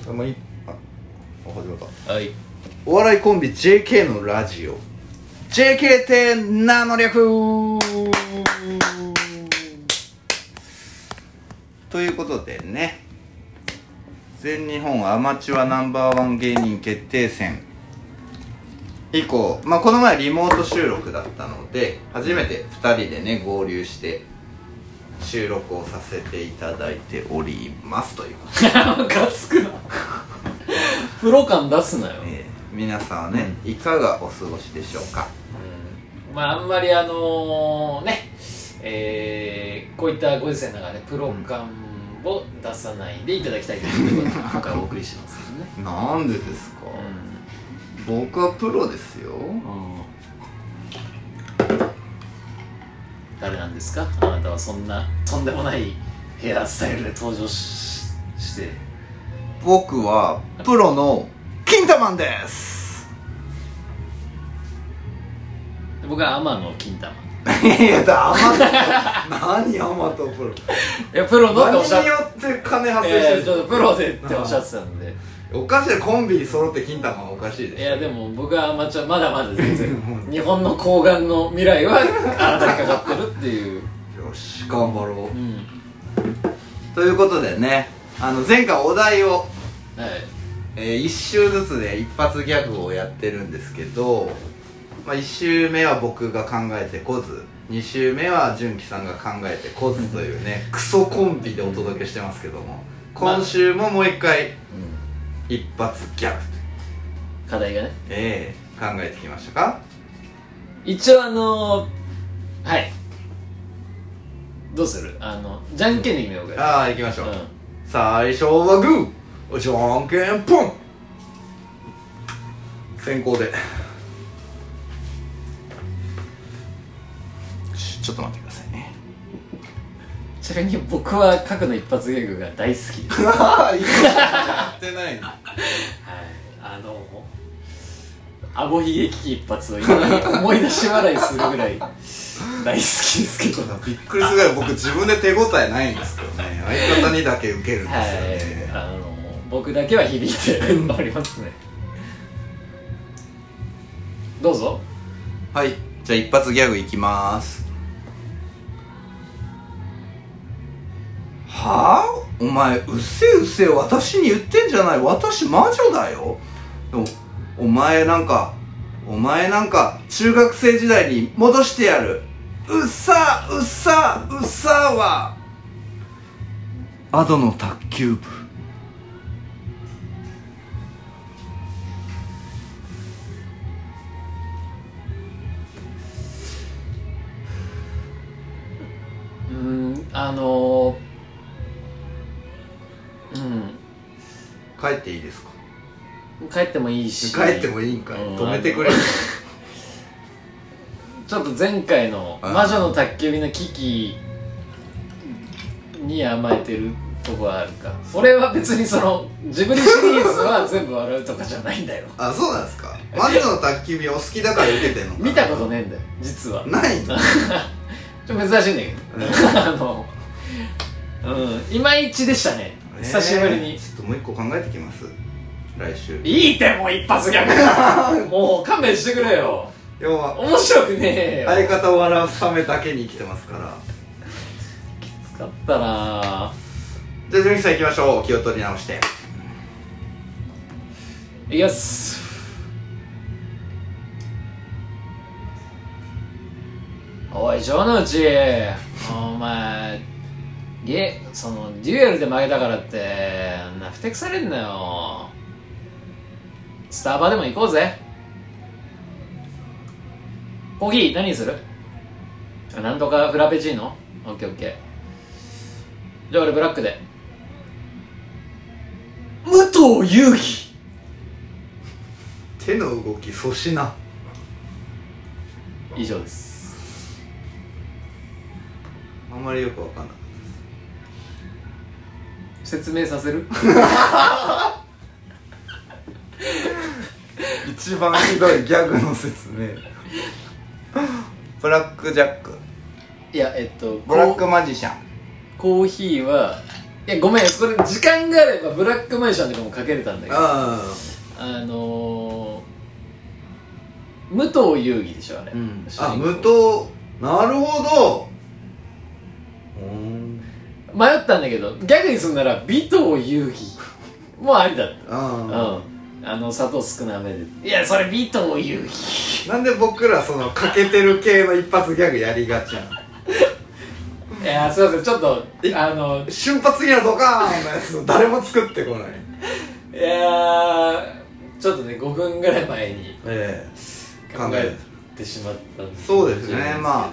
もういい。あ、始まった。 はい。 お笑いコンビ JK のラジオ JK って何の略ということでね、全日本アマチュアナンバーワン芸人決定戦以降、この前リモート収録だったので初めて2人でね合流して収録をさせていただいておりますということでムカつくなプロ感出すなよ、 皆さんはね、いかがお過ごしでしょうか。 あんまりこういったご時世の中でプロ感を出さないでいただきたいということで今回お送りしますけどね。 なんでですか、僕はプロですよ。 誰なんですかあなたは。そんなとんでもないヘアスタイルで登場して僕はプロのキンタマンです。 僕は天野金玉。 いやだ、何アマとプロ。 いやプロのっておっしゃっ何によって金発生してる。 ちょっとプロでっておっしゃってたんでおかしい。コンビ揃って金玉はおかしいでしょ。 いやでも僕はアマチュアまだまだ全然日本の睾丸の未来はあなたにかかってるっていう。 よし頑張ろう、ということでね、前回お題を、1週ずつで一発ギャグをやってるんですけど、1週目は僕が考えてこず、2週目は純喜さんが考えてこずというねクソコンビでお届けしてますけども、今週ももう一回、一発ギャグ課題がね考えてきましたか。 一応はいどうするじゃんけんで決めようか。 行きましょう、最初はグーじゃんけんポン。先行でちょっと待ってくださいね。 ちなみに僕は書くの一発ギャグが大好きです。 やってないの。 はい、顎ひげ危機一髪を今思い出し笑いするぐらい大好きですけどびっくりするぐらい僕自分で手応えないんですけどね、相方にだけ受けるんですよね。 僕だけは響いておりますね。どうぞ。 はい、じゃあ一発ギャグいきます。はぁ、お前うっせえうっせえ私に言ってんじゃない、私魔女だよ。でもお前なんか中学生時代に戻してやる。うっさうっさうっさはアドの卓球部。帰っていいですか。 帰ってもいいし。 帰ってもいいんかい、止めてくれ。 ちょっと前回の魔女の宅急便の危機に甘えてるとこはあるか。俺は別にジブリシリーズは全部笑うとかじゃないんだよ。 あ、そうなんですか。魔女の宅急便お好きだから受けてんのかな。 見たことねえんだよ実は。 ないの。 ちょっと珍しいんだけどいまいちでしたね、久しぶりに。 ちょっともう一個考えてきます、来週。 いいってもう一発ギャグもう勘弁してくれよ。 要は面白くねえよ。 相方を笑うためだけに生きてますから。 きつかったな。 じゃあ純喜さん行きましょう。気を取り直していきます。おい城之内、お前デュエルで負けたからってふてくされんなよ。スタバでも行こうぜ。コーヒー何にする？なんとかフラペチーノ？オッケーオッケー。じゃあ俺ブラックで。武藤遊戯。 手の動き粗品。 以上です。 あんまりよくわかんない。 説明させる？ 一番ひどいギャグの説明。ブラックジャック。 いやブラックマジシャン。 コーヒーはいやごめん、これ時間があればブラックマジシャンとかもかけれたんだけど、武藤遊戯でしょあれ、 武藤、なるほど。 迷ったんだけど、ギャグにするなら尾藤遊戯もありだった。砂糖少なめで。いやそれ尾藤遊戯。 なんで僕らそのかけてる系の一発ギャグやりがちやん。 いやすいません、ちょっと瞬発的なドカーンのやつ誰も作ってこない。 いやちょっとね5分ぐらい前に考えてしまったんです。 そうですね。まあ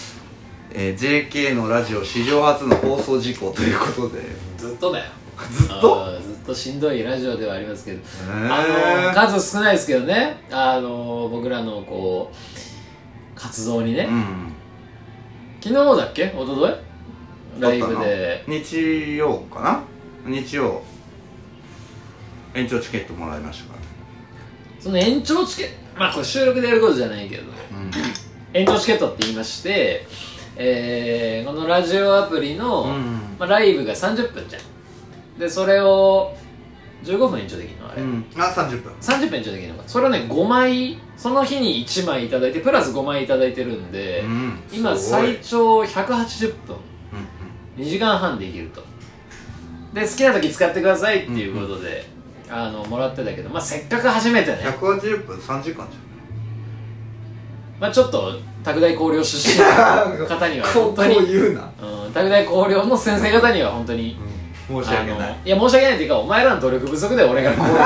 JK のラジオ史上初の放送事故ということで、 ずっとだよ。 ずっとしんどいラジオではありますけど、数少ないですけどね、僕らのこう活動にね、昨日だっけ一昨日ライブで日曜かな、日曜延長チケットもらいましたから。 その延長チケット、まあこれ収録でやることじゃないけど、延長チケットって言いまして、このラジオアプリの、ライブが30分じゃん。でそれを15分延長できるのあれ、 30分 30分延長できるのか。それをね5枚、その日に1枚いただいてプラス5枚いただいてるんで、今最長180分、2時間半できると。で好きな時使ってくださいっていうことで、もらってたけど、まあせっかく初めてね、 180分3時間じゃん。 まあちょっと拓大工業出身の方には本当にこう言うな、 拓大工業の先生方には本当に、 申し訳ない。 いや申し訳ないっていうか、お前らの努力不足で俺がこういう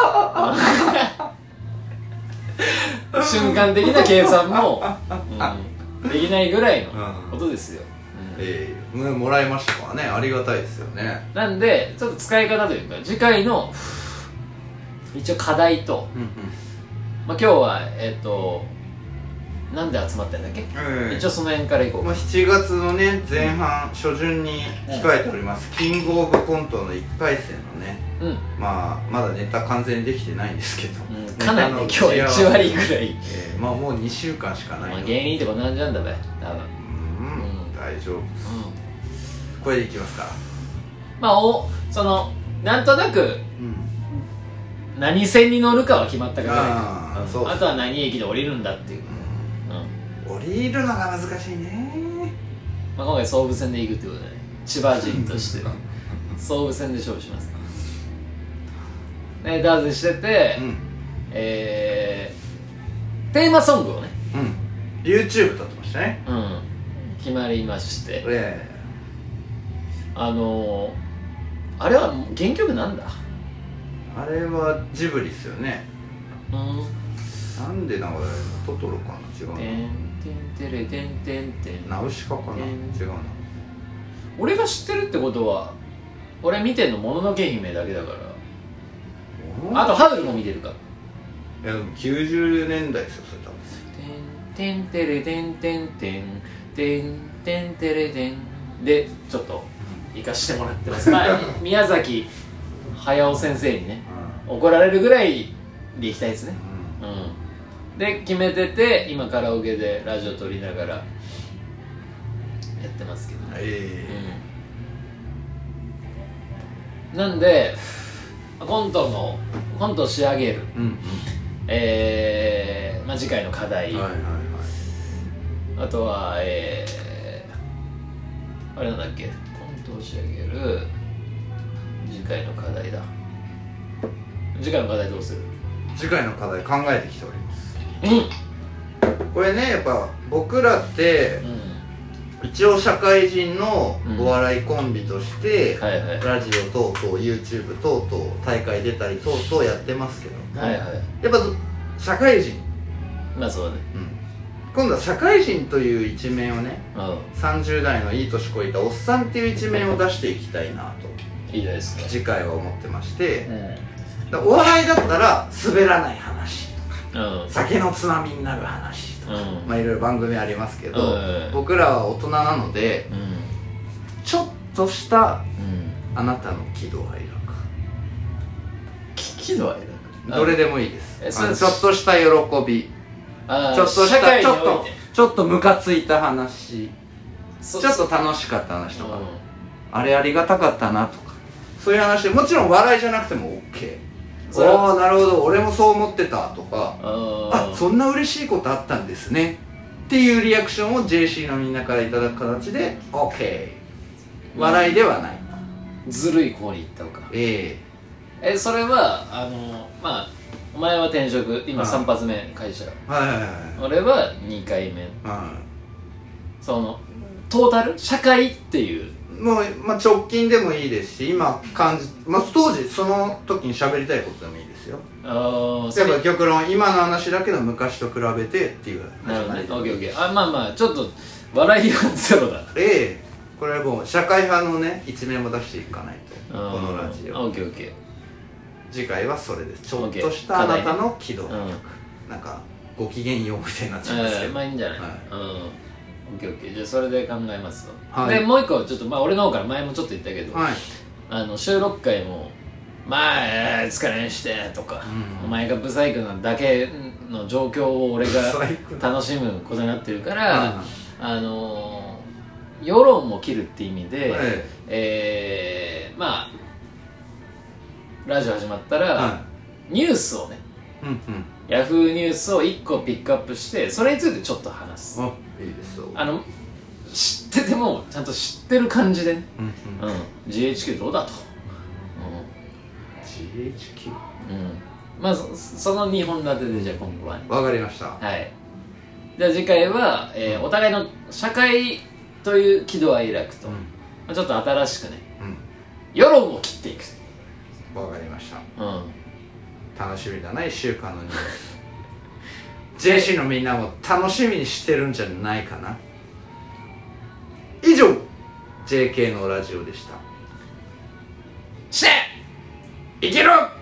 ことに瞬間的な計算も、できないぐらいのことですよ。 もらいましたからね、ありがたいですよね。 なんでちょっと使い方というか、次回の一応課題と、まあ今日はなんで集まってんだっけ、一応その辺からいこうか。 7月のね前半、初旬に控えております、キングオブコントの1回戦のね、まだネタ完全にできてないんですけど、 かなりね今日は1割ぐらい、 もう2週間しかないので、 芸人ってこんな感じなんだべ多分。 大丈夫、これでいきますか。 まあなんとなく何線に乗るかは決まったから、あとは何駅で降りるんだっていう、 降りるのが難しいね。 まあ今回総武線で行くってことでね、千葉人として総武線で勝負しますね。ダーズしてて、テーマソングをね、 YouTube 撮ってましたね。 決まりまして、あれは原曲なんだ。 あれはジブリっすよね。なんで名前トトロかな、違うな。ナウシカかな、違うな。 俺が知ってるってことは、俺見てんのもののけ姫だけだから。あとハウルも見てるか。 いやでも90年代ですよそれ多分。 てんてれてんてんてんてんてんてれてんでちょっと行かしてもらってます。宮崎駿先生にね、怒られるぐらいで行きたいですね。で決めてて、今カラオケでラジオ撮りながらやってますけど、なんでコントを仕上げる、次回の課題、あとはあれなんだっけ、コントを仕上げる次回の課題だ。次回の課題どうする？ 次回の課題考えてきております。これね、やっぱ僕らって、一応社会人のお笑いコンビとして、ラジオ等々 YouTube 等々大会出たり等々やってますけども、やっぱ社会人、 まあそうだね、 今度は社会人という一面をね、30代のいい年こいたおっさんっていう一面を出していきたいなと、 いいですか、 次回は思ってまして、お笑いだったら滑らない話とか、酒のつまみになる話とか、いろいろ番組ありますけど、僕らは大人なので、ちょっとしたあなたの喜怒哀楽、 喜怒哀楽どれでもいいです。ちょっとした喜び、ちょっとしたちょっとムカついた話、ちょっと楽しかった話とか、 あれありがたかったなとか、そういう話でもちろん笑いじゃなくても OK。 ああなるほど俺もそう思ってたとか、あそんな嬉しいことあったんですねっていうリアクションを JC のみんなからいただく形で OK。 笑いではない、 ずるい方に行ったのか。それはまあお前は転職今3発目会社、俺は2回目、そのトータル社会っていうもう、直近でもいいですし今感じ、当時その時に喋りたいことでもいいですよ。例えば極論今の話だけど昔と比べてっていう話。 なるほどね。OKOK。まあちょっと笑いはゼロだ。 これはもう社会派のね一面も出していかないとこのラジオ。 OKOK。 次回はそれです。ちょっとしたあなたの喜怒哀楽、なんかご機嫌ようみたいになっちゃいますけど、 まあいいんじゃない。OKOK。じゃあそれで考えますわ。でもう一個ちょっと俺の方から前もちょっと言ったけど、収録回も疲れんしてとか、お前がブサイクなだけの状況を俺が楽しむことになってるから世論も切るって意味で、ラジオ始まったら、ニュースをね、ヤフーニュースを1個ピックアップしてそれについてちょっと話す。 いいですよ。 知っててもちゃんと知ってる感じでね、GHQ どうだと、 GHQ、 まずその2本立てでじゃあ今後はね。 わかりました。 はい。じゃあ次回は、お互いの社会という喜怒哀楽と、ちょっと新しくね、世論を切っていく。 わかりました。楽しみだな1週間のニュース。JC のみんなも楽しみにしてるんじゃないかな。以上 JK のラジオでした。 していけろ。